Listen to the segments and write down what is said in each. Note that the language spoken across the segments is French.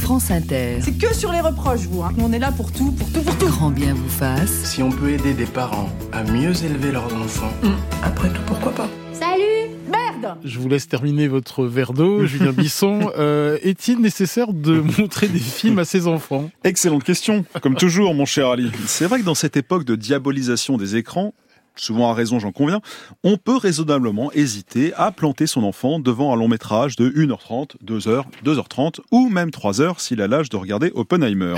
France Inter. C'est que sur les reproches, vous. Nous, on est là pour tout. Grand bien vous fasse. Si on peut aider des parents à mieux élever leurs enfants, après tout, pourquoi pas ? Salut. Merde. Je vous laisse terminer votre verre d'eau, Julien Bisson. Est-il nécessaire de montrer des films à ses enfants ? Excellente question, comme toujours, mon cher Ali. C'est vrai que dans cette époque de diabolisation des écrans, souvent à raison, j'en conviens, on peut raisonnablement hésiter à planter son enfant devant un long métrage de 1h30, 2h, 2h30 ou même 3h s'il a l'âge de regarder Oppenheimer.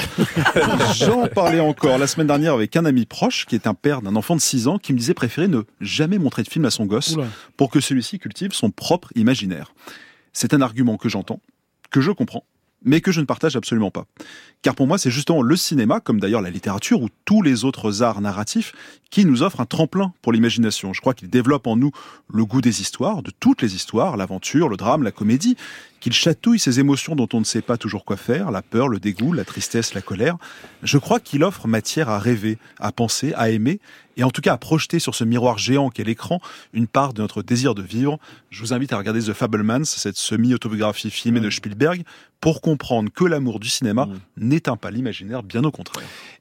J'en parlais encore la semaine dernière avec un ami proche qui est un père d'un enfant de 6 ans qui me disait préférer ne jamais montrer de film à son gosse pour que celui-ci cultive son propre imaginaire. C'est un argument que j'entends, que je comprends, mais que je ne partage absolument pas. Car pour moi, c'est justement le cinéma, comme d'ailleurs la littérature ou tous les autres arts narratifs, qui nous offre un tremplin pour l'imagination. Je crois qu'il développe en nous le goût des histoires, de toutes les histoires, l'aventure, le drame, la comédie, qu'il chatouille ces émotions dont on ne sait pas toujours quoi faire, la peur, le dégoût, la tristesse, la colère. Je crois qu'il offre matière à rêver, à penser, à aimer, et en tout cas à projeter sur ce miroir géant qu'est l'écran une part de notre désir de vivre. Je vous invite à regarder The Fabelmans, cette semi-autobiographie filmée de Spielberg, pour comprendre que l'amour du cinéma n'éteint pas l'imaginaire, bien au contraire.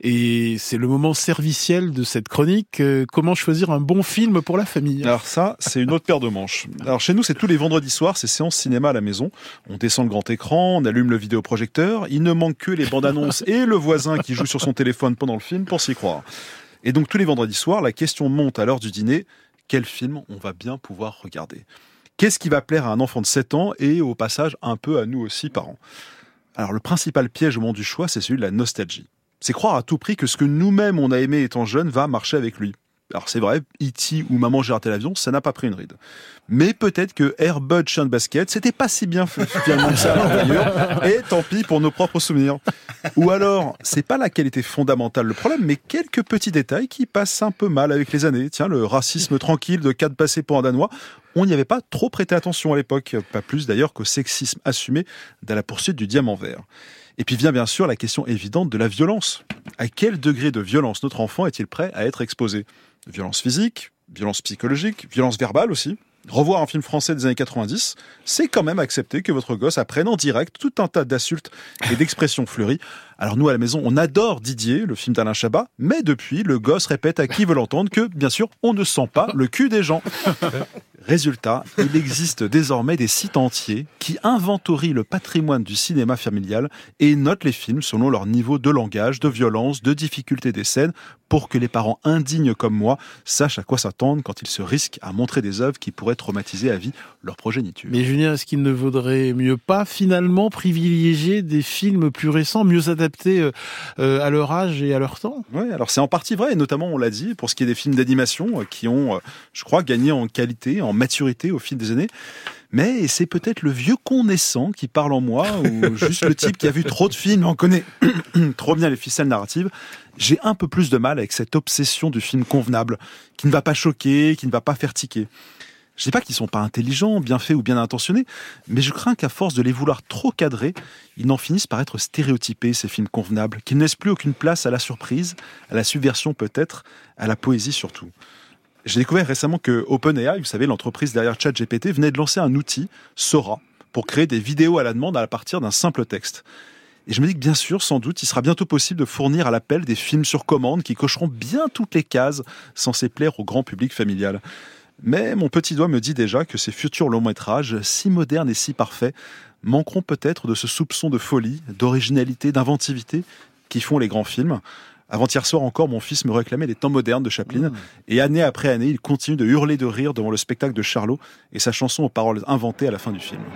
Et c'est le moment serviciel de cette chronique. Comment choisir un bon film pour la famille ? Alors ça, c'est une autre paire de manches. Alors chez nous, c'est tous les vendredis soirs, c'est séance cinéma à la maison. On descend le grand écran, on allume le vidéoprojecteur. Il ne manque que les bandes annonces et le voisin qui joue sur son téléphone pendant le film pour s'y croire. Et donc tous les vendredis soirs, la question monte à l'heure du dîner, quel film on va bien pouvoir regarder ? Qu'est-ce qui va plaire à un enfant de 7 ans et au passage un peu à nous aussi parents ? Alors le principal piège au moment du choix, c'est celui de la nostalgie. C'est croire à tout prix que ce que nous-mêmes on a aimé étant jeune va marcher avec lui. Alors c'est vrai, E.T. ou Maman j'ai raté l'avion, ça n'a pas pris une ride. Mais peut-être que Air Bud Chien de Basket, c'était pas si bien finalement que ça à l'intérieur, et tant pis pour nos propres souvenirs. Ou alors, c'est pas la qualité fondamentale le problème, mais quelques petits détails qui passent un peu mal avec les années. Tiens, le racisme tranquille de Kat passé pour un Danois, on n'y avait pas trop prêté attention à l'époque, pas plus d'ailleurs qu'au sexisme assumé dans la poursuite du diamant vert. Et puis vient bien sûr la question évidente de la violence. À quel degré de violence notre enfant est-il prêt à être exposé ? Violence physique, violence psychologique, violence verbale aussi. Revoir un film français des années 90, c'est quand même accepter que votre gosse apprenne en direct tout un tas d'insultes et d'expressions fleuries. Alors nous, à la maison, on adore Didier, le film d'Alain Chabat, mais depuis, le gosse répète à qui veut l'entendre que, bien sûr, on ne sent pas le cul des gens. Résultat, il existe désormais des sites entiers qui inventorient le patrimoine du cinéma familial et notent les films selon leur niveau de langage, de violence, de difficulté des scènes, pour que les parents indignes comme moi sachent à quoi s'attendre quand ils se risquent à montrer des œuvres qui pourraient traumatiser à vie leur progéniture. Mais Julien, est-ce qu'il ne vaudrait mieux pas finalement privilégier des films plus récents, mieux adaptés à leur âge et à leur temps ? Oui, alors c'est en partie vrai, et notamment, on l'a dit, pour ce qui est des films d'animation qui ont, je crois, gagné en qualité, en maturité au fil des années. Mais c'est peut-être le vieux con naissant qui parle en moi, ou juste le type qui a vu trop de films, on connaît trop bien les ficelles narratives. J'ai un peu plus de mal avec cette obsession du film convenable, qui ne va pas choquer, qui ne va pas faire tiquer. Je dis pas qu'ils sont pas intelligents, bien faits ou bien intentionnés, mais je crains qu'à force de les vouloir trop cadrer, ils n'en finissent par être stéréotypés, ces films convenables, qu'ils ne laissent plus aucune place à la surprise, à la subversion peut-être, à la poésie surtout. J'ai découvert récemment que OpenAI, vous savez, l'entreprise derrière ChatGPT, venait de lancer un outil, Sora, pour créer des vidéos à la demande à partir d'un simple texte. Et je me dis que bien sûr, sans doute, il sera bientôt possible de fournir à l'appel des films sur commande qui cocheront bien toutes les cases censées plaire au grand public familial. Mais mon petit doigt me dit déjà que ces futurs longs métrages, si modernes et si parfaits, manqueront peut-être de ce soupçon de folie, d'originalité, d'inventivité qui font les grands films. Avant-hier soir encore, mon fils me réclamait les temps modernes de Chaplin, et année après année, il continue de hurler de rire devant le spectacle de Charlot et sa chanson aux paroles inventées à la fin du film.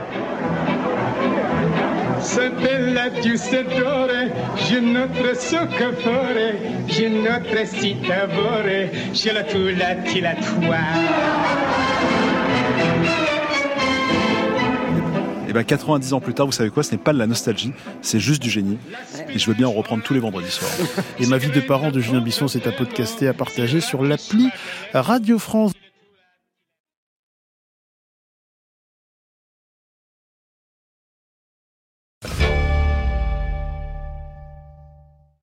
Se bella giusedore, je notre soccofore, je notre citavore, je la tu la ti la toi. Et bien 90 ans plus tard, vous savez quoi, ce n'est pas de la nostalgie, c'est juste du génie. Et je veux bien en reprendre tous les vendredis soirs. Et ma vie de parent de Julien Bisson, c'est à podcaster, à partager sur l'appli Radio France.